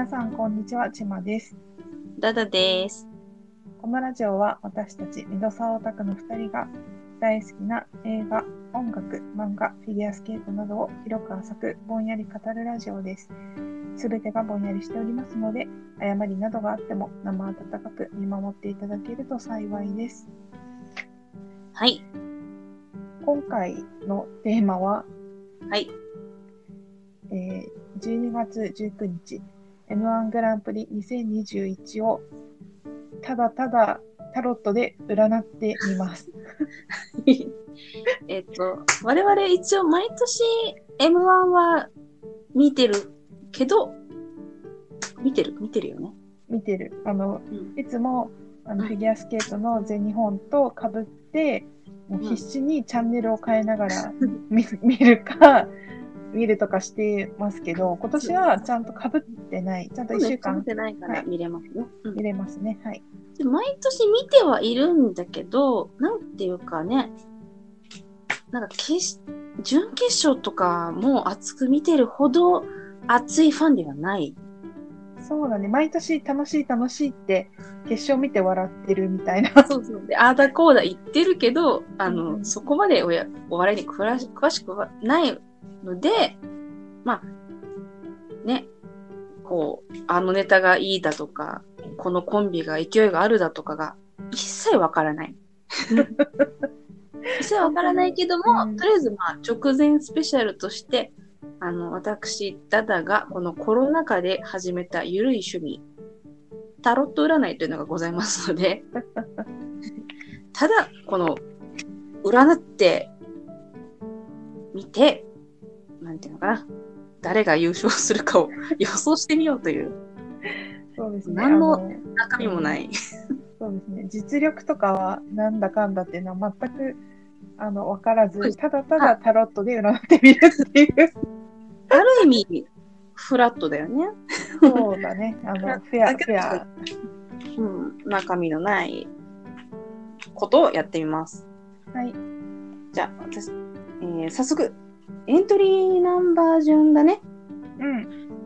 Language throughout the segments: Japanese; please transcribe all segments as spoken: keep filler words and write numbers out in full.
皆さんこんにちは、ちまです。 ダダです。 このラジオは私たちミドサオタクのふたりが大好きな映画、音楽、漫画、フィギュアスケートなどを広く浅くぼんやり語るラジオです。すべてがぼんやりしておりますので、誤りなどがあっても生温かく見守っていただけると幸いです。 はい。 今回のテーマは、 はい。 えー、じゅうにがつじゅうくにち エムワン グランプリにせんにじゅういちをただただタロットで占ってみます。 えっと、我々一応毎年 エムワン は見てるけど、見てる見てるよね。 見てる。あの、 うん、 いつもあのフィギュアスケートの全日本とかぶって、もう必死にチャンネルを変えながら見、見るか、見るとかしてますけど、今年はちゃんとかぶってない。ちゃんといっしゅうかん。 かぶってないから見れますね。はいうん、見れますね。はい。 毎年見てはいるんだけど、なんていうかね、なんか決準決勝とかも熱く見てるほど熱いファンではない。 そうだね。毎年楽しい楽しいって決勝見て笑ってるみたいな。 そうそう。で、あーだこーだ言ってるけど、あの、 うん、 そこまでおやお笑いに詳し詳しくはないので、まあ、ね、こう、あのネタがいいだとか、このコンビが勢いがあるだとかが一切わからない。一切わからないけども、うん、とりあえずまあ直前スペシャルとして、あの、私、ダダがこのコロナ禍で始めたゆるい趣味、タロット占いというのがございますので、ただ、この、占ってみて、なんていうのかな、誰が優勝するかを予想してみようという。 そうですね。 何の中身もない。 そうですね。実力とかはなんだかんだっていうのは全くあの分からず、ただただタロットで占ってみるっていう。 ある意味、フラットだよね。 そうだね。あの、フェア、フェア。 うん、中身のないことをやってみます。 はい。 じゃあ、私、えー、早速、エントリーナンバー順だね。 うん。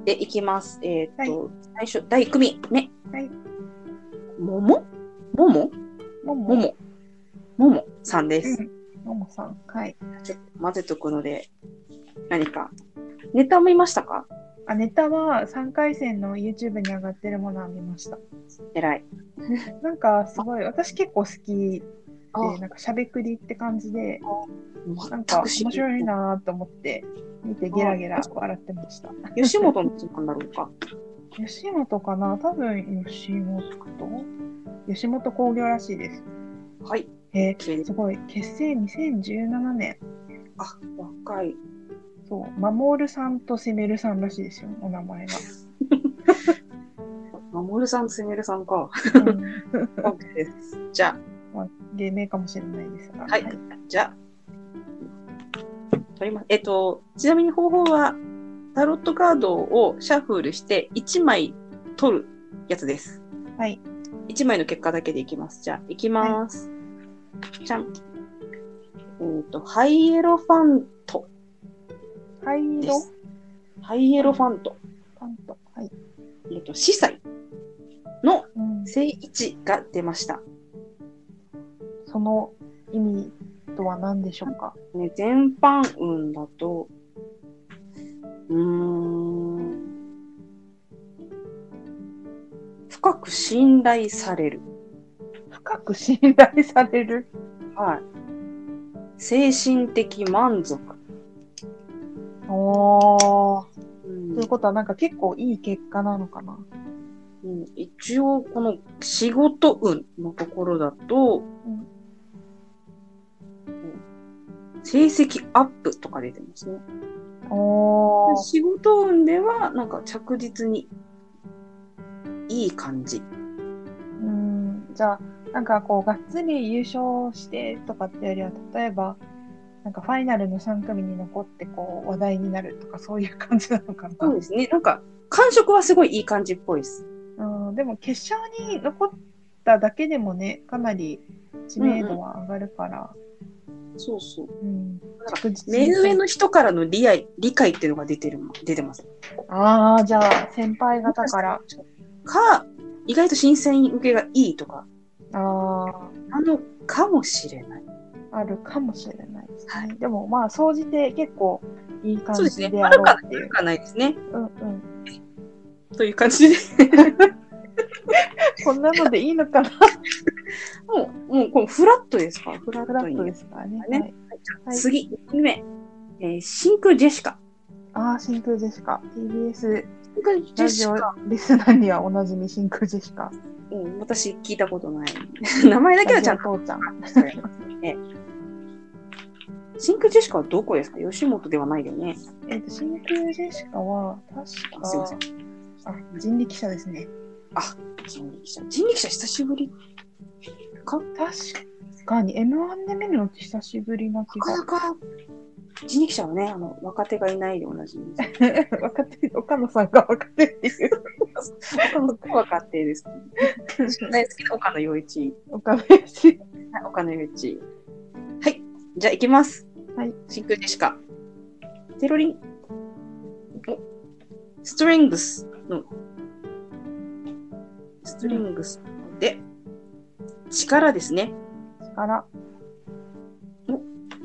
で、いきます。えっ、ー、と、 はい、 最初、だいいち組目。 はい。 ももももももももももさんです。 うん。ももさん。はい。 ちょっと混ぜとくので、何か。ネタ見ましたか？ あ、ネタはさんかい戦の YouTube に上がってるものを見ました。 偉い。 なんかすごい、私結構好きで、なんかしゃべくりって感じで、なんか面白いなと思って見てゲラゲラ笑ってました。 吉本の人なんだろうか。 吉本かな、多分吉本吉本興業らしいです。 はい。 えー、すごい。結成にせんじゅうななねん。 あ、若い。 そう、まもるさんとせめるさんらしいですよ、お名前が。 まもるさんとせめるさんか。 うん、 OK です。じゃあ、 まあ、芸名かもしれないですが。 はい。はい、じゃあ、取ります。えっと、ちなみに方法は、タロットカードをシャッフルしていちまい取るやつです。 はい。 いちまいの結果だけでいきます。じゃあ、いきます。はい、じゃん。えっと、ハイエロファント。 ハイロハイエロファント。 ファント。はい。 えっと、司祭の正位置が出ました。 うん、その意味とは何でしょうか？ ね、全般運だと、うーん、深く信頼される。 深く信頼される。 はい。精神的満足。 おー。うん、ということはなんか結構いい結果なのかな。 うん、一応この仕事運のところだと、うん、成績アップとか出てますね。おー。仕事運ではなんか着実にいい感じ。 うん、じゃあなんかこうがっつり優勝してとかってよりは、例えばなんかファイナルのさん組に残ってこう話題になるとかそういう感じなのかな。 そうですね。なんか感触はすごいいい感じっぽいです。 うん、でも決勝に残っただけでもね、かなり知名度は上がるから。 うんうん、 そうそう。 うん、 目上の人からの理解理解っていうのが出てる出てます。 ああ、じゃあ先輩方からか意外と新鮮受けがいいとかあああのかもしれない。 あるかもしれないですね。はい、でもまあ総じて結構いい感じでであろうっていう。 悪かないですね。 うんうん。 という感じでこんなのでいいのかな。 もうもうこのフラットですか。フラフラットですからね。ね、 はい、次にきめ、えー、真空ジェシカ。 ああ、真空ジェシカ。ティービーエス真空ジェシカリスナーにはおなじみ真空ジェシカ。 うん、私聞いたことない。名前だけはちゃんと。 父ちゃん。 え真空ジェシカはどこですか？吉本ではないよね。 えっと、真空ジェシカは、確か、すいません。あ、人力車ですね。 あ、人力車。人力車久しぶりか？ 確かに、エムワン で見るのって久しぶりな気が。 なかなか、人力車はね、あの、若手がいないで同じ。 若手、岡野さんが若手っていう。 岡野さん若手です。大好きな岡野陽一。 岡野陽一。 はい、岡野陽一。はい、じゃあ行きます。 はい。 真空ジェシカ。テロリン。お、ストリングスの、ストリングスで、力ですね。 力。 お、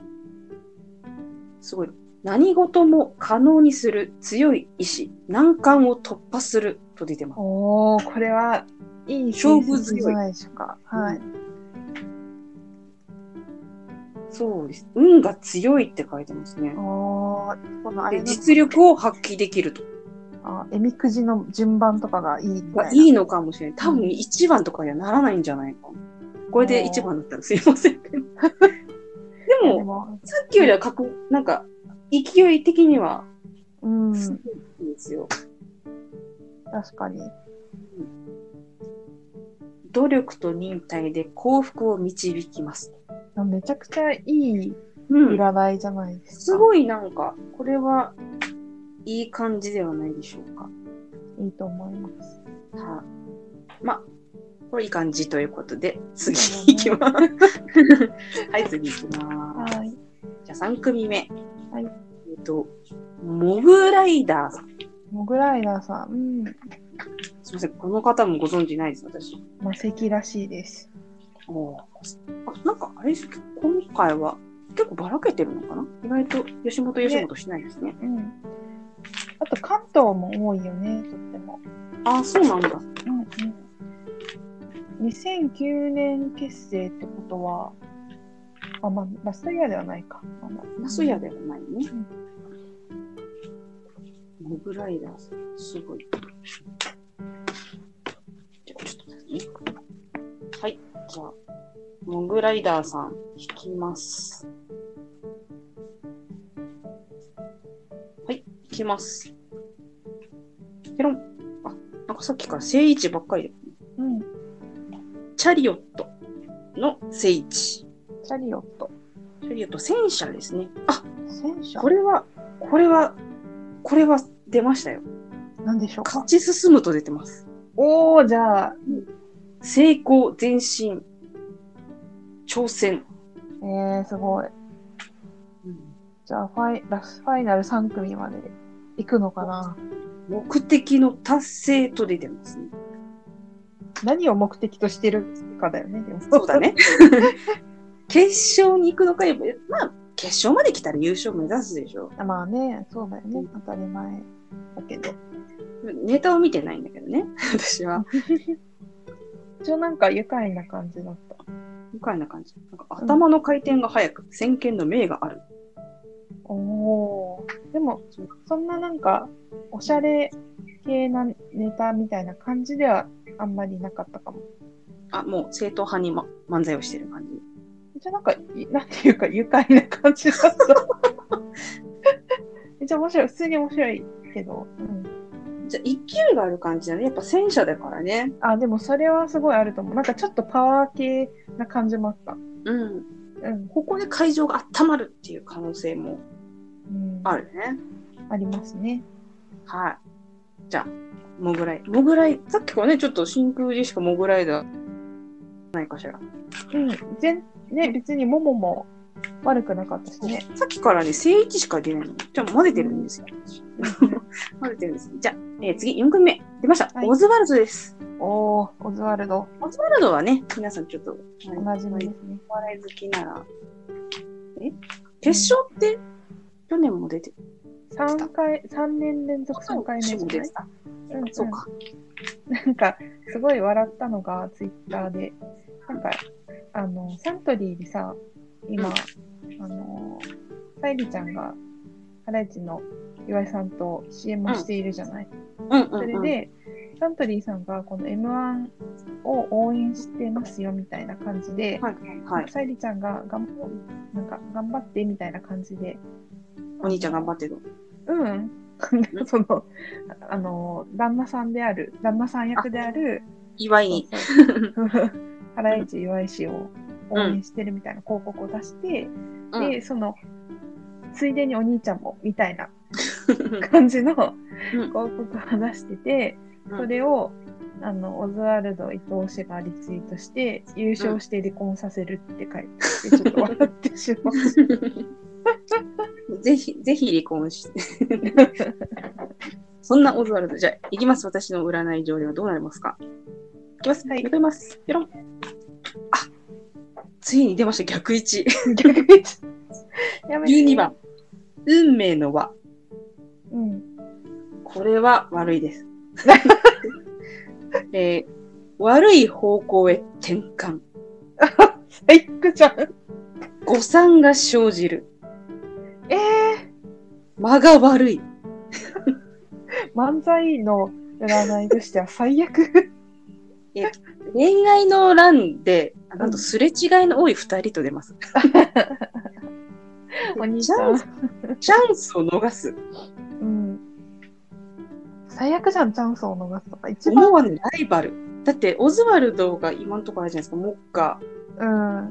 すごい。何事も可能にする強い意志、難関を突破すると出てます。 おー、これはいい勝負強いじゃないでしょうか。はい。うんそうです。運が強いって書いてますね。 あこのあれで実力を発揮できると。 あえみくじの順番とかがいいみたいな。 いいのかもしれない。多分いちばんとかにはならないんじゃないかな。これでいちばんだったらすいません。でも、でもさっきよりはかく、なんか、勢い的には、 うん。 すごいですよ。 確かに。 努力と忍耐で幸福を導きます。 めちゃくちゃいい占いじゃないですか。うん、 すごいなんか、これはいい感じではないでしょうか。 いいと思います。 はあ、ま、これいい感じということで、次いきます。はい、次いきます。はい。じゃあさん組目。はい。えっと、モグライダーさん。 モグライダーさん。うん。 すみません、この方もご存知ないです、私。 魔石らしいです。 おあ、なんかあれです、今回は結構ばらけてるのかな？意外と吉本吉本しないですね。 うん。あと関東も多いよね、とっても。 あ、そうなんだ。 うんうん。にせんきゅうねん結成ってことは、あ、まあ、ラストイヤーではないか。 あのラストイヤーではないね。うん、モグライダーすごい。じゃあちょっと待ってね。はい。じゃあ、モグライダーさん、引きます。はい、引きます。ペロン。あ、なんかさっきから正位置ばっかりだ、ね。うん。チャリオットの正位置。 チャリオット。 チャリオット、戦車ですね。あ、 戦車これは、これは、これは出ましたよ。 何でしょうか。 勝ち進むと出てます。 おー、じゃあ、うん成功、前進、挑戦。 えー、すごい。うん、じゃあファイ、ラスファイナルさん組まで行くのかな。 目的の達成と出てますね。 何を目的としてるかだよね。でもそうだね。決勝に行くのか、まあ、決勝まで来たら優勝目指すでしょ。 まあね、そうだよね。当たり前だけど。 ネタを見てないんだけどね、私は。 一応なんか愉快な感じだった。 愉快な感じ。なんか頭の回転が速く、うん、先見の明がある。 おお。でも、そんななんか、おしゃれ系なネタみたいな感じではあんまりなかったかも。 あ、もう正統派に、ま、漫才をしてる感じ。 じゃあなんか、なんていうか愉快な感じだった。めっちゃ面白い。普通に面白いけど。うんじゃ勢いがある感じだね。やっぱ戦車だからね。 あ、でもそれはすごいあると思う。なんかちょっとパワー系な感じもあった。 うん。うん。ここで会場が温まるっていう可能性もあるね。 うん、ありますね。 はい。じゃあ、モグライ。モグライ、さっきからね、ちょっと真空ジェシカモグライダーないかしら。 うん。全、ね、別にモモも悪くなかったしね。 さっきからね、正位置しか出ないの。じゃあ混ぜてるんですよ。混ぜてるんです。じゃあ、えー、次、よん組目。出ました。 はい、 オズワルドです。 おー、オズワルド。 オズワルドはね、皆さんちょっと、 おなじみですね。 お笑い好きなら。え決勝って、去年も出てる。 さんかい、さんねん連続さんかいめじゃない？ うん、そうか。 なんか、すごい笑ったのが、ツイッターで。なんか、あの、サントリーでさ、今、うん、あの、さゆりちゃんが、ハライチの岩井さんと シーエム をしているじゃない。 うんうんうんうん、 それで、サントリーさんがこの エムワン を応援してますよみたいな感じで、 はいはい、 さゆりちゃんががんなんか頑張ってみたいな感じで。 お兄ちゃん頑張ってる。 うん。その、あの、旦那さんである、旦那さん役である、 岩井に。 ハライチ岩井氏を応援してるみたいな広告を出して、うん、で、その、ついでにお兄ちゃんもみたいな感じの広告を出してて、うん、それを、あの、オズワルド伊藤氏がリツイートして、優勝して離婚させるって書いてあって、ちょっと笑ってしまう。 ぜひ、ぜひ離婚して。そんなオズワルド、じゃあ、いきます。私の占い上ではどうなりますか？いきます。はい。めくります。ピロン。あ、ついに出ました。逆位置。逆位置。じゅうにばん。運命の輪。 うん。 これは悪いです。えー、悪い方向へ転換。 最悪じゃん。 誤算が生じる。 ええー。間が悪い。 漫才の占いとしては最悪。 え恋愛の欄で、なんとすれ違いの多い二人と出ます。 お兄さん。 チャンスを逃す。 うん。最悪じゃん、チャンスを逃すとか。一番思わぬライバル。だって、オズワルドが今のところあるじゃないですか、目下。 うん。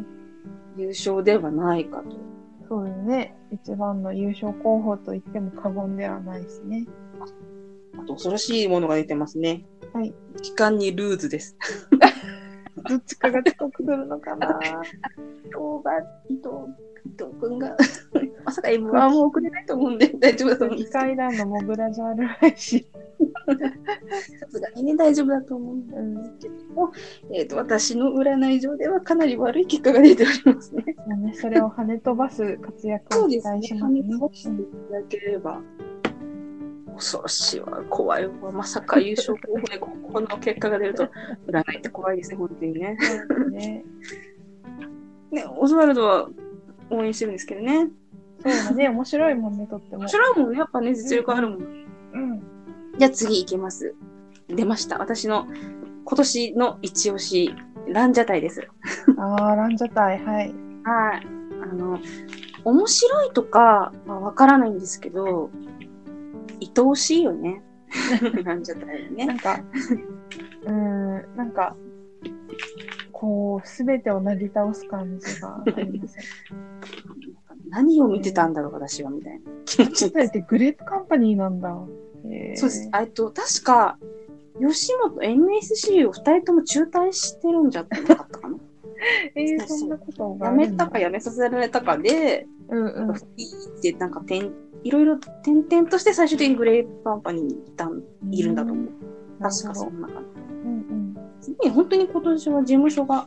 優勝ではないかと。 そうですね。一番の優勝候補と言っても過言ではないですね。 あと、恐ろしいものが出てますね。 はい。 期間にルーズです。 どっちかが遅刻するのかな。 動画、伊藤、伊藤くんが、まさか エムワン も送れないと思うんで、大丈夫だと思うんですけど。 階段のモグラじゃあるまいし。 さすがにね、大丈夫だと思うんですけども、えっと、私の占い上ではかなり悪い結果が出ておりますね。 ね、それを跳ね飛ばす活躍を期待しますね。 跳ね飛ばしていただければ。恐ろしいわ、怖いわ、まさか優勝候補でこの結果が出ると、占いって怖いですね、本当にね。ねね、オズワルドは応援してるんですけどね。 そうだね、面白いもんね、とっても。 面白いもんね、やっぱね、実力あるもん。うん。 うん、 じゃあ次いきます。出ました。私の今年の一押し、ランジャタイです。 ああ、ランジャタイ、はい。 はい。あの、面白いとかはわからないんですけど、愛おしいよね。ランジャタイね。 なんか、うーん、なんか、こう、すべてをなぎ倒す感じがありません。 何を見てたんだろう、私は、みたいな気持ちです。グレープカンパニーなんだ。 えー、そうです。えっと、確か、吉本 エムエスシー をふたりとも中退してるんじゃなかったかな。 えー、そんなことがやめたかやめさせられたかで、 うんうん。 で、なんか、てんいろいろ転々として最終的にグレープカンパニーにいたんいるんだと思う。確かそんな感じ。うんうん。本当に今年は事務所が。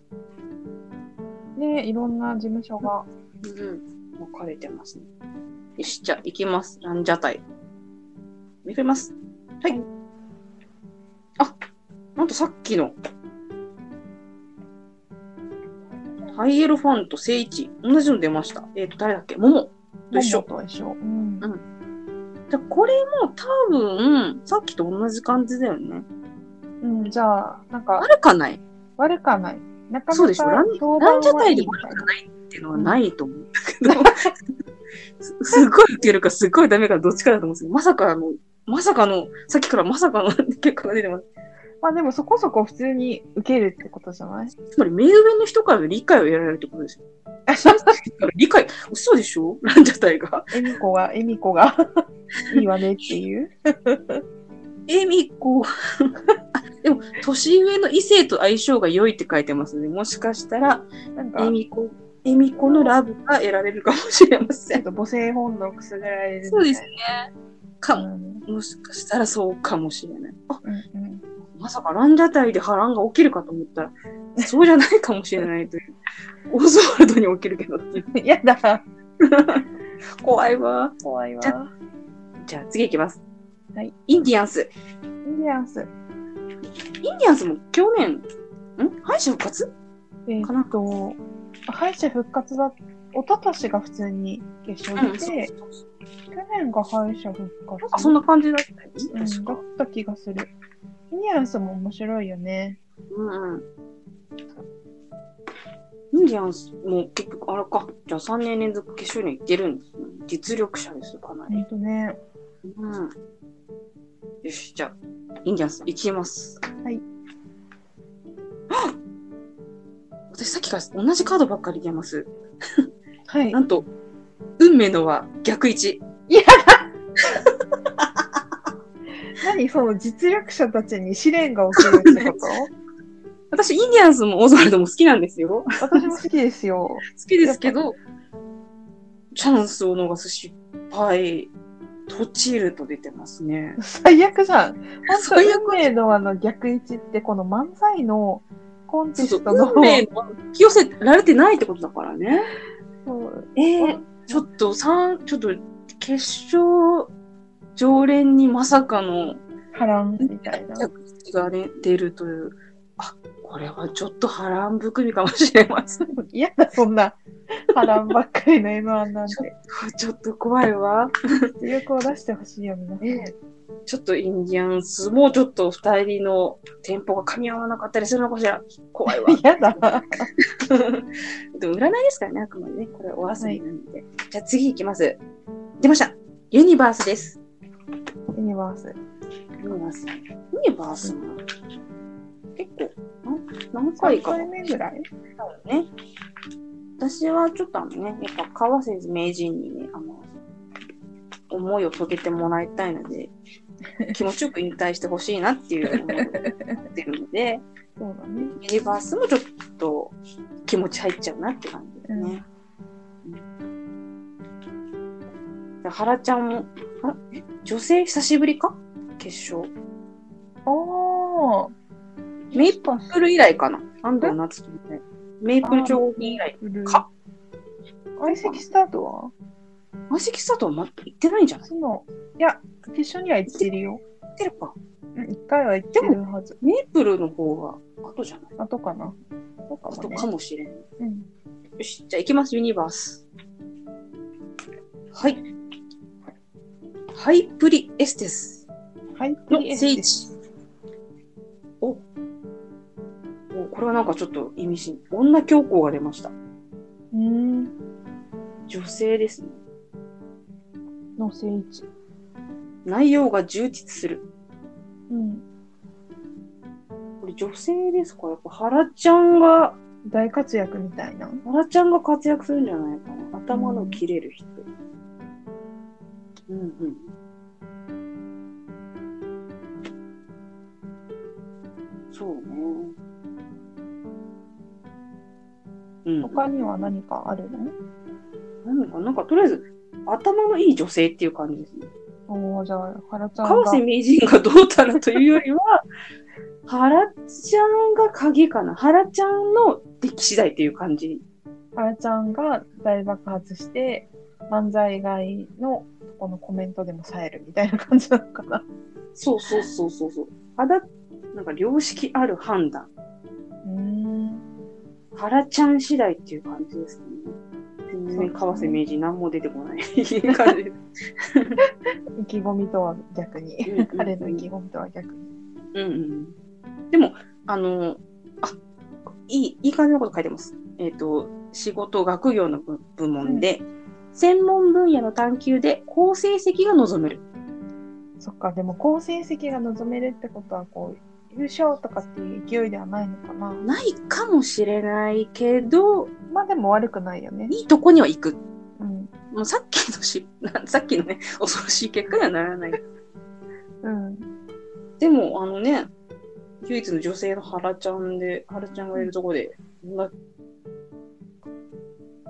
ね、いろんな事務所が。 うん。分かれてますね。よし、じゃあ行きます。ランジャタイ。めくります。はい。はい、あ、なんとさっきの。ハイエロファンと聖一。同じの出ました。えっと、誰だっけ？モモと一緒。 モモと一緒。うん。 うん。じゃあこれも多分、さっきと同じ感じだよね。 うん、じゃあ、なんか。 悪かない。 悪かない。なかなかそうでしょ。ランジャタイで悪くないっていうのはないと思うんだけど。す, すごい受けるかすごいダメかどっちかだと思うんですけど、まさかあの、まさかの、さっきからまさかの結果が出てます。 まあでもそこそこ普通に受けるってことじゃない？ つまり目上の人からの理解を得られるってことですよ。理解、嘘でしょ？ランジャタイが。 エミコが、エミコがいいわねっていう。 エミコ。でも、年上の異性と相性が良いって書いてますね。もしかしたら、なんかエミコ恵美子のラブが得られるかもしれません。 ちょっと母性本能をくすぐられるみたいな。 そうですね。かも、 うん、 もしかしたらそうかもしれない。あ、 うんうんまさかランジャタイで波乱が起きるかと思ったら、そうじゃないかもしれないという。オズワルドに起きるけどっていう。 やだ。 怖いわ。 怖いわ。 じゃじゃあ次いきます。 はい。 インディアンス。 インディアンス。 インディアンスも去年、ん敗者復活えー、 かなっと、敗者復活だ、一昨年が普通に決勝出て、 うん、そうそうそう去年が敗者復活。 なんかそんな感じだったよね。 うん、 確か。 だった気がする。インディアンスも面白いよね。 うんうん。インディアンスも結局、あれか。じゃあさんねん連続決勝に行ってるんですね。実力者です、かなり。 ほんとね。 うん。よし、じゃあ、インディアンス行きます。 はい。 私さっきから同じカードばっかり出ます。 はい。 なんと、運命のは逆位置。 いやだ何その実力者たちに試練が起きるってこと私、インディアンスもオズワルドも好きなんですよ。 私も好きですよ。 好きですけど、チャンスを逃す失敗、トチルと出てますね。 最悪じゃん。本当最悪運命のあの逆位置ってこの漫才のコンテストの。 そうそう運命の引き寄せられてないってことだからね。 そうえー、ちょっと三ちょっと決勝常連にまさかの波乱みたいな。 逆位置が、ね、出るという。あ、これはちょっと波乱含みかもしれません。 嫌だ、そんな波乱ばっかりの エムワン なんて。 ちょっと怖いわ。 実力を出してほしいよ、皆さん。 えー、ちょっとインディアンスもちょっと二人のテンポが噛み合わなかったりするのかしら。怖いわ。 嫌だ。 でも占いですからね、あくまでね。これお遊びなんで。はい、じゃあ次いきます。出ました。ユニバースです。 ユニバース。 ユニバース。ユニバースも結構、何回か。 さんかいめぐらいだよね。私はちょっとあのね、やっぱ川瀬名人にね、あの、思いを遂げてもらいたいので、気持ちよく引退してほしいなっていう思いを持ってるので、 そうだね。 ユニバースもちょっと気持ち入っちゃうなって感じですね。うん、原ちゃんも、あ、え、女性久しぶりか決勝。 おー。 メイプル以来かな。安藤夏樹みたいな。メイプル超以来か。 相席スタートは相席スタートはま行ってないんじゃない？ その、いや、決勝には行ってるよ。 行ってるか。 うん、一回は行ってるはず。 メイプルの方が後じゃない？ 後かな。後かもね。 後かもしれん。 うん。 よし、じゃあ行きます、ユニバース。はい。ハイプリエステス。 ハイプリエステス。 お。お、これはなんかちょっと意味深。女教皇が出ました。 うーん。 女性ですね。 の聖一。 内容が充実する。 うん。 これ女性ですか？やっぱ原ちゃんが大活躍みたいな。 原ちゃんが活躍するんじゃないかな。頭の切れる人。うん、うんうん。そうね。うん。 他には何かあるの？ 何か、なんかとりあえず頭のいい女性っていう感じですね。 おー、じゃあ、原ちゃんが。 川瀬名人がどうたらというよりは、原ちゃんが鍵かな。原ちゃんの出来次第っていう感じ。 原ちゃんが大爆発して、漫才以外のこのコメントでも冴えるみたいな感じなのかな。 そうそうそうそうそう。原、なんか良識ある判断。 うーん。 原ちゃん次第っていう感じですかね。全然川瀬名人何も出てこない感じです。 意気込みとは逆に。 うんうんうん、 彼の意気込みとは逆に。 うんうん。でも、あの、あ、いい、いい感じのこと書いてます。えっと、仕事、学業の部門で、うん、専門分野の探求で好成績が望める。 そっか、でも好成績が望めるってことは、こう、優勝とかっていう勢いではないのかな？ ないかもしれないけど、 まあでも悪くないよね。 いいとこには行く。 うん。 もうさっきのし、さっきのね、恐ろしい結果にはならない。 うん。 でも、あのね、唯一の女性の原ちゃんで、原ちゃんがいるとこで、ま、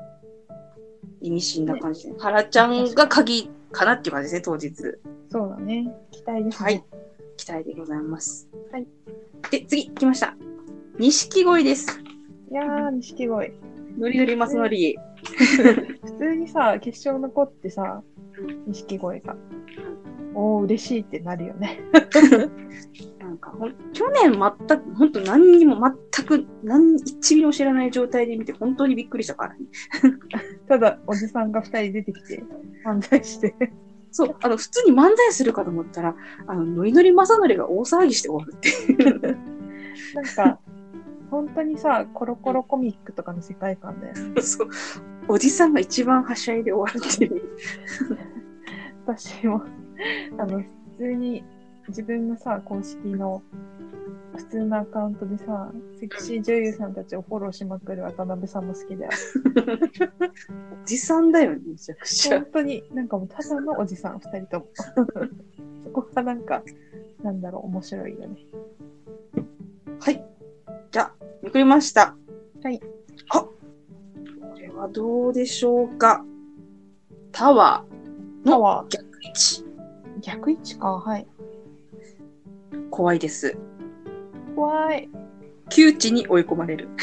意味深な感じで。原ちゃんが鍵かなっていう感じですね、当日。 そうだね。期待ですね。 はい。期待でございます。 はい。 で、次、来ました。錦鯉です。 いやー、錦鯉。 ノリノリマスノリ。 普通にさ、決勝残ってさ、錦鯉が。おー、嬉しいってなるよね。 なんかほん、去年全く、本当何にも全く、何一ミリも知らない状態で見て、本当にびっくりしたからね。 ただ、おじさんが二人出てきて、漫才して。 そう、あの、普通に漫才するかと思ったら、あの、ノリノリマサノリが大騒ぎして終わるっていう。 なんか、本当にさ、コロコロコミックとかの世界観だよね。 そう。おじさんが一番はしゃいで終わるっていう。 私も、あの、普通に自分のさ、公式の普通のアカウントでさ、セクシー女優さんたちをフォローしまくる渡辺さんも好きだよ。 おじさんだよね、めちゃくちゃ。 本当に、なんかもうただのおじさん、二人とも。そこがなんか、なんだろう、面白いよね。 はい。じゃあ、めくりました。 はい。 あ、これはどうでしょうか。タワーの逆位置。 逆位置か、はい。 怖いです。 怖い。 窮地に追い込まれる。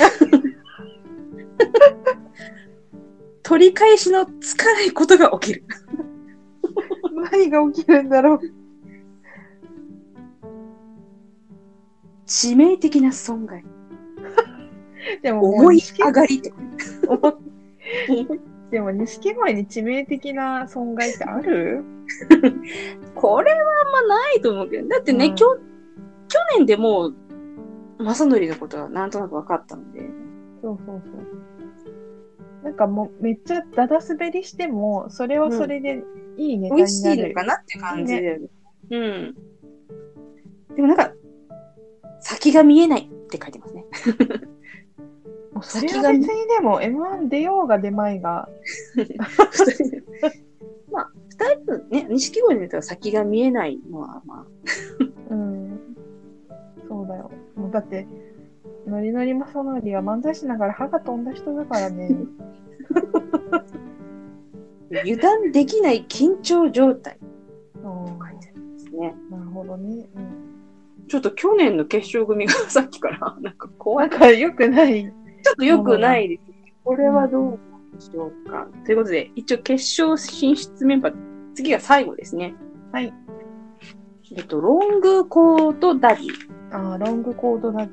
取り返しのつかないことが起きる。 何が起きるんだろう。 致命的な損害。 でも思い上がりって。 でも錦鯉に致命的な損害ってある？ これはあんまないと思うけど、だってね、うん、きょ去年でもう正則のことはなんとなく分かったので。 そうそうそう。なんかもうめっちゃダダ滑りしてもそれはそれでいいネタになる、うん、美味しいのかなって感じだよね。うん。でもなんか先が見えないって書いてますね。 もうそれは別にでも エムワン 出ようが出まいが。 まあ二人ね、錦鯉のネタは先が見えないのはまあ。 うん。そうだよ。もうだって。ノリノリマサノリは漫才しながら歯が飛んだ人だからね。 油断できない緊張状態。書いてありますね。 なるほどね、うん。 ちょっと去年の決勝組がさっきからなんか怖い。 なんか良くない。 ちょっと良くないです。これはどうでしょうか。うん、ということで、一応決勝進出メンバー、次が最後ですね。 はい。 えっと、ロングコートダディ。 ああ、ロングコートダディ。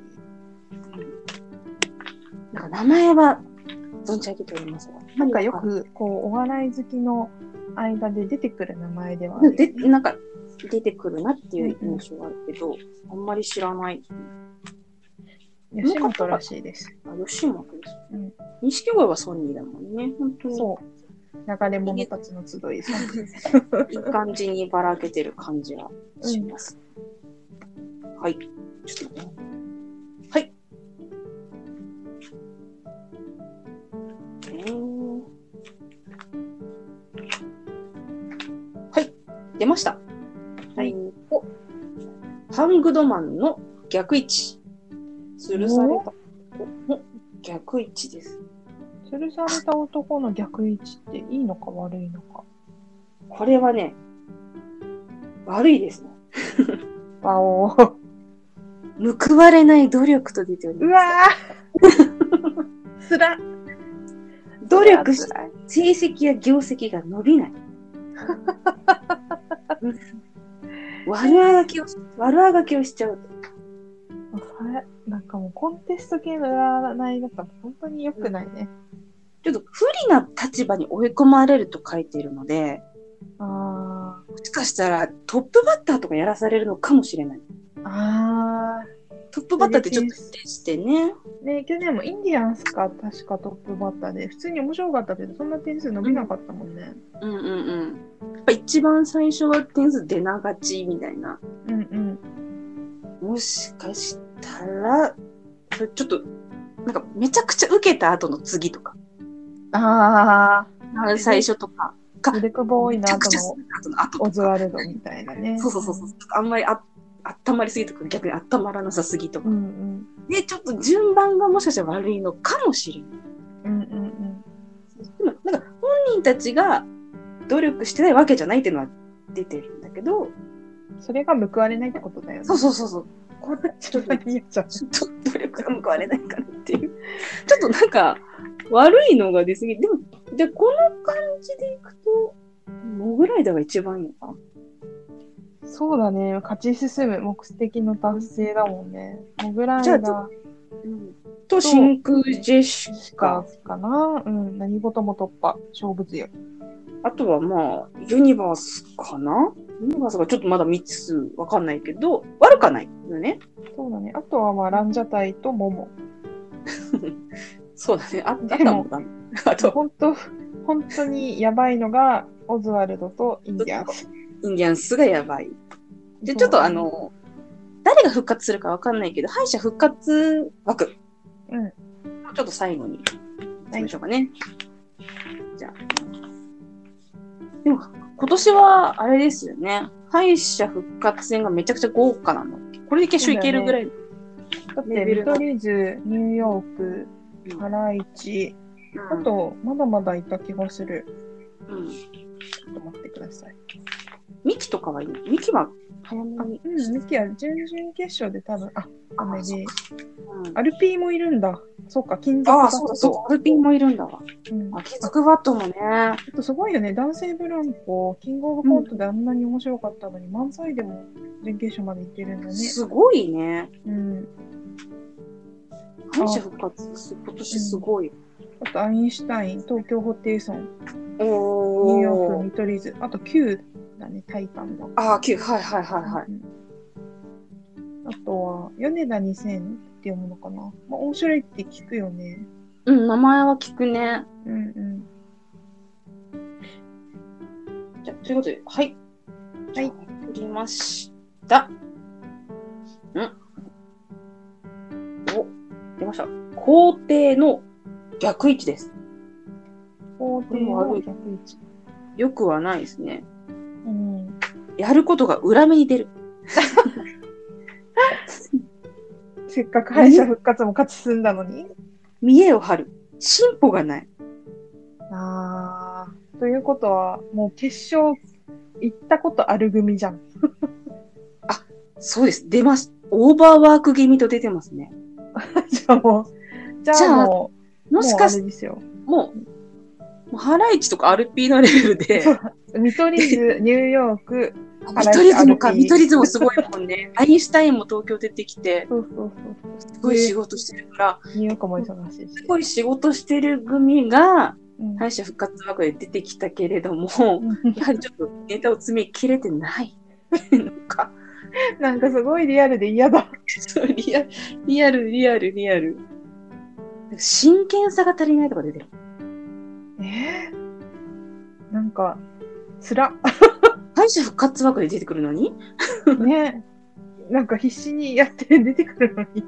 なんか名前は存じ上げておりますが、 なんかよくこうお笑い好きの間で出てくる名前ではある、 ね、でなんか出てくるなっていう印象があるけど、うん、あんまり知らない。 吉本らしいです。 あ、吉本です。うん。錦鯉はソニーだもんね。本当に。 そう。流れ者たちの集いさん。 いい感じにばらけてる感じがします。うん、はい。ちょっとね。はい。はい、出ました。はい。お、ハングドマンの逆位置。吊るされたお逆位置です。 吊るされた男の逆位置っていいのか悪いのか。 これはね、悪いですね。 わお。 報われない努力と出ております。 うわーつら努力し、成績や業績が伸びない。悪あがきを、悪あがきをしちゃうと。 それ、なんかもうコンテスト系の占いだったら本当に良くないね。 ちょっと不利な立場に追い込まれると書いているので、 あもしかしたらトップバッターとかやらされるのかもしれない。 ああ。 トップバッターってちょっと否定してね。 ね、去年もインディアンスか確かトップバッターで普通に面白かったけどそんな点数伸びなかったもんね。 うんうんうん。やっぱ一番最初は点数出ながちみたいな。 うんうん。もしかしたらちょっとなんかめちゃくちゃ受けた後の次とか。 ああ。 最初とか。 ミルクボーイの後のオズワルドみたいなね。 そうそうそうそう。あんまりあ温まりすぎとか逆に温まらなさすぎとか、 うんうん、 でちょっと順番がもしかしたら悪いのかもしれない。 うんうんうん、 でもなんか本人たちが努力してないわけじゃないっていうのは出てるんだけど、 それが報われないってことだよね。 そうそうそうそう。これちょっといいじゃん。 ちょっと努力が報われないかなっていう。ちょっとなんか悪いのが出すぎ。でも、で、この感じでいくと、モグライダーが一番いいのかな。 そうだね。勝ち進む目的の達成だもんね。モグライダーと真空ジェシカかな。うん。何事も突破。勝負強い。 あとはまあ、ユニバースかな。ユニバースがちょっとまだみっつわかんないけど、悪かないよね。 そうだね。あとはまあ、ランジャタイとモモ。 そうだね。ああでもったもんだ。あと、 本当本当にやばいのが、オズワルドとインディアンス。 インディアンスがやばい。で、ちょっとあの、誰が復活するかわかんないけど、敗者復活枠。 うん。 ちょっと最後に、行きましょうかね。じゃあ。でも、今年は、あれですよね。敗者復活戦がめちゃくちゃ豪華なの。これで決勝いけるぐらい。 だって、見取り図、ニューヨーク、ハライチ、あと、まだまだいた気がする。 うん。 ちょっと待ってください。 ミキとかはいい？ミキは早めに。 うん、ミキは準々決勝で多分、あ、ダメで。 うん、 アルピーもいるんだ。そうか、金属バット。あ、 バッそうだ、そう、アルピーもいるんだわ。 うん、 あ、金属バットもね。 あとすごいよね。男性ブランコ、キングオブコントであんなに面白かったのに、うん、漫才でも準決勝まで行ってるんだね。 すごいね。 うん。 敗者復活、今年すごい。 うん、あと、アインシュタイン、東京ホテイソン、 おニューヨーク、見取り図、あと Q だね、タイタンの。 ああ、Q、はいはいはいはい。うん、 あとは、米田にせんって読むのかな。まあ、面白いって聞くよね。 うん、名前は聞くね。 うんうん。 じゃあ、ということで、はい。 はい。 振りました。んお、出ました。皇帝の逆位置です。 皇帝の逆位置。 よくはないですね。 うん。 やることが裏目に出る。 せっかく敗者復活も勝ち進んだのに。 見栄を張る。進歩がない。 あー。ということは、もう決勝行ったことある組じゃん。 あ、そうです。出ます。オーバーワーク気味と出てますね。 じゃあもう、じゃあもう、 もしかして、もう、もうハライチとか アールピー のレベルで。 見取り図、ニューヨーク、 見取り図もか、見取り図もすごいもんね。アインシュタインも東京出てきて、 そうそうそうすごい仕事してるから、 ニューヨークも忙しいし。 すごい仕事してる組が、敗者復活枠で出てきたけれども、うん、やはりちょっとネタを詰め切れてないのか。 なんかすごいリアルで嫌だ。 そうリアル、リアル、リアル、リアル。真剣さが足りないとか出てる。 えー、なんか、つら。 敗者復活枠で出てくるのにね、なんか必死にやって出てくるのに。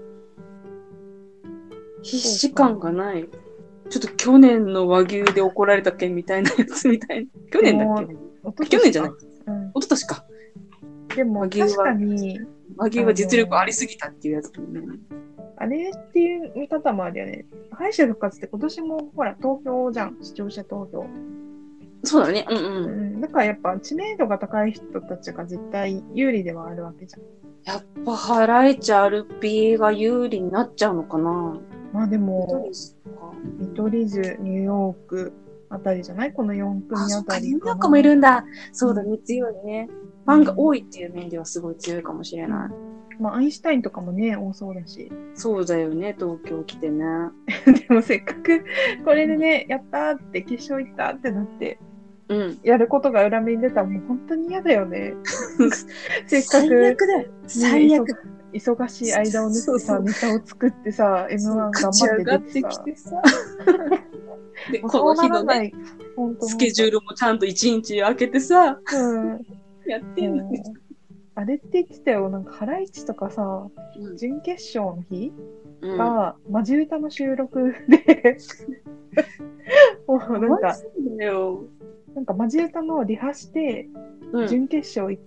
必死感がない。ちょっと去年の和牛で怒られた件みたいなやつみたいな。去年だっけ？去年じゃない。うん、一昨年か。 でも和牛は確かに和牛は実力ありすぎたっていうやつだね。 あれっていう見方もあるよね。敗者復活って今年もほら投票じゃん、視聴者投票。 そうだね。うんうん。 うん、だからやっぱ知名度が高い人たちが絶対有利ではあるわけじゃん。 やっぱハライチ アールピー が有利になっちゃうのかな。 まあでも、見取り図、ニューヨークあたりじゃない？このよん組あたり。 ニューヨークもいるんだ。そうだね、強いね。ファンが多いっていう面ではすごい強いかもしれない。 うん、まあアインシュタインとかもね、多そうだし。 そうだよね、東京来てね。 でもせっかくこれでね、うん、やったーって決勝行ったってなって、 うん、 やることが裏目に出たらもう本当に嫌だよね。せっかく、 最悪だよ。最悪。 忙しい間を縫ってさ、ネタを作ってさ、エムワン 頑張って出てさ。 てさで、この日のね、スケジュールもちゃんと一日空けてさ、 うん、 やってんのに。 あれって言ってたよ、なんかハライチとかさ、うん、準決勝の日が、うん、マジ歌の収録で、もうなんか、なんかマジ歌のリハして、うん、準決勝行って、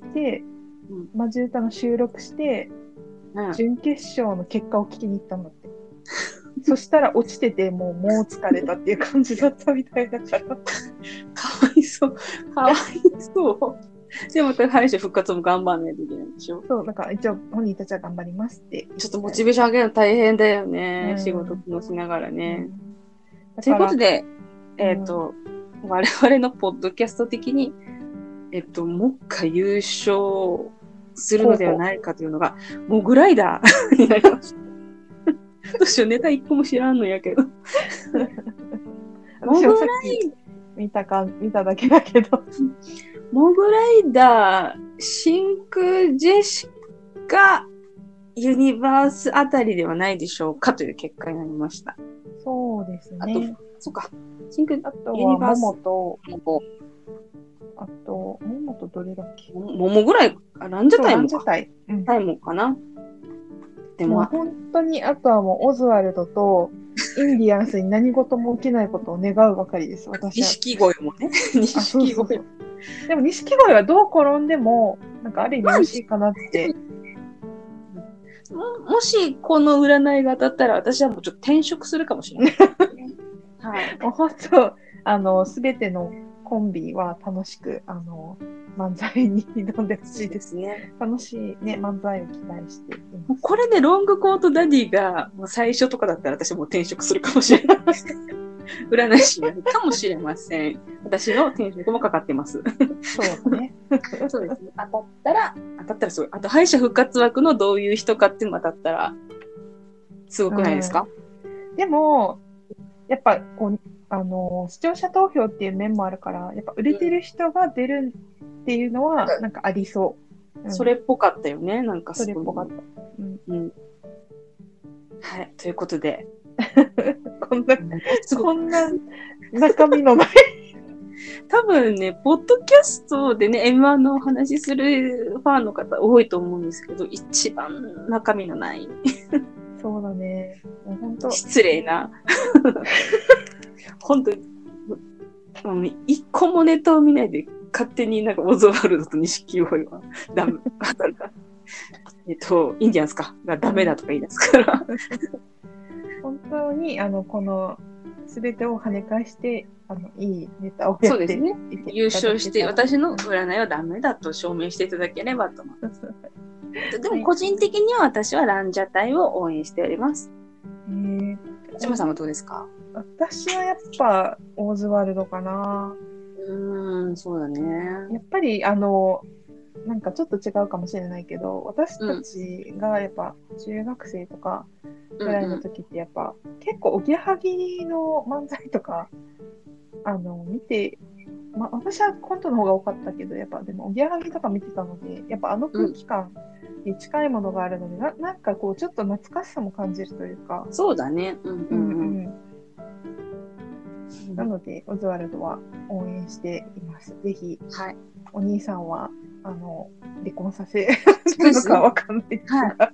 うん、マジ歌の収録して、うん、準決勝の結果を聞きに行ったんだって。 そしたら落ちてて、もう、もう疲れたっていう感じだったみたいだから。 かわいそう。かわいそう。でも、また敗者復活も頑張んないといけないでしょ。 そう、だから一応本人たちは頑張りますって。 ちょっとモチベーション上げるの大変だよね。 うん、 仕事もしながらね。 うん、 ということで、えっと、うん、我々のポッドキャスト的に、えっと、もう一回優勝するのではないかというのが、モグライダーになりました。どうしよう、ネタ一個も知らんのやけど。 モグライ見たか、見ただけだけど。 モグライダー、真空ジェシカ、ユニバースあたりではないでしょうかという結果になりました。 そうですね。 あと、そうか。真空、 あとは、モモと、あと、モモとどれだっけ？ モモぐらい、あ、ランジャタイもか。 ランジャタイ。 うん、タイもかな。 でも、もう本当に、あとはもう、オズワルドと、インディアンスに何事も起きないことを願うばかりです、私は。 錦鯉もね。錦鯉。 でも、錦鯉はどう転んでも、なんかある意味美味しいかなって。 も, もし、この占いが当たったら、私はもうちょっと転職するかもしれない。 はい。もう本当、あの、すべてのコンビは楽しく、あの、漫才に挑んでほしいですね。楽しいね、漫才を期待しています。 これでロングコートダディがもう最初とかだったら私もう転職するかもしれない。占い師になるかもしれません。私の転職もかかってます。 そうね。 そうですね。当たったら、当たったらすごい。あと敗者復活枠のどういう人かっていうのも当たったら、すごくないですか？ うん、でも、やっぱこう、あの、視聴者投票っていう面もあるから、やっぱ売れてる人が出るっていうのは、なんかありそう。 うん、それっぽかったよね。なんかそれっぽかった。 うん。うん、はい。ということで。 こんな、こんな中身のない。 多分ね、ポッドキャストでね、エムワン のお話しするファンの方多いと思うんですけど、一番中身のない。 そうだね。もう本当失礼な。本当に、もう一個もネタを見ないで、勝手になんかオズワルドと錦鯉はダメ。えっと、インディアンスかがダメだとか言い出すから。 本当に、あの、この、すべてを跳ね返して、あの、いいネタをやって、そうですね。 優勝して、私の占いはダメだと証明していただければと思います。でも、個人的には私はランジャタイを応援しております。 へー。 島さんはどうですか？ 私はやっぱ、オズワルドかな。 うーん、そうだね。 やっぱり、あの、なんかちょっと違うかもしれないけど、私たちがやっぱ中学生とかぐらいの時ってやっぱ、うんうん、結構おぎやはぎの漫才とか、あの、見て、まあ私はコントの方が多かったけど、やっぱでもおぎやはぎとか見てたので、やっぱあの空気感に近いものがあるので、うん、な, なんかこうちょっと懐かしさも感じるというか。 そうだね。うんうんうん。 なので、オズワルドは応援しています。ぜひ、 はい、 お兄さんは、あの、離婚させるのかわかんないですが、はい、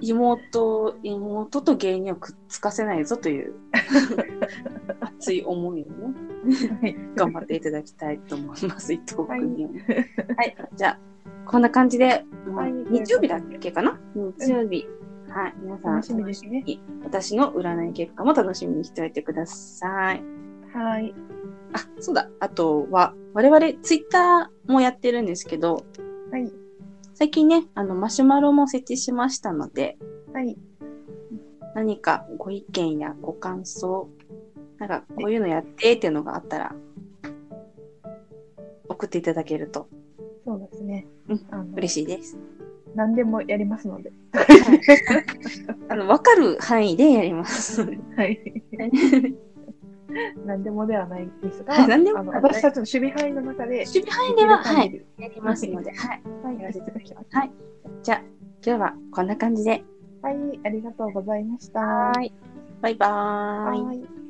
妹、妹と芸人をくっつかせないぞという熱い思いをね、はい、頑張っていただきたいと思います、伊藤君には。はい、じゃあ、こんな感じで、はい、日曜日だっけかな？日曜日。うん、はい、皆さん、 楽しみですね。 私の占い結果も楽しみにしておいてください。 はい。 あ、そうだ。あとは、我々ツイッターもやってるんですけど、 はい。 最近ね、あの、マシュマロも設置しましたので、 はい。 何かご意見やご感想、なんかこういうのやってっていうのがあったら、送っていただけると。 そうですね。 うん、あの嬉しいです。 何でもやりますので。 はい、あの、わかる範囲でやります。はい。 何でもではないですが、何でもあの私たちの守備範囲の中で、 守備範囲では、はい、やりますので、はい、はい、やらせていただきます。はい。じゃあ、今日はこんな感じで。 はい、ありがとうございました。 はい。バイバーイ。 はい。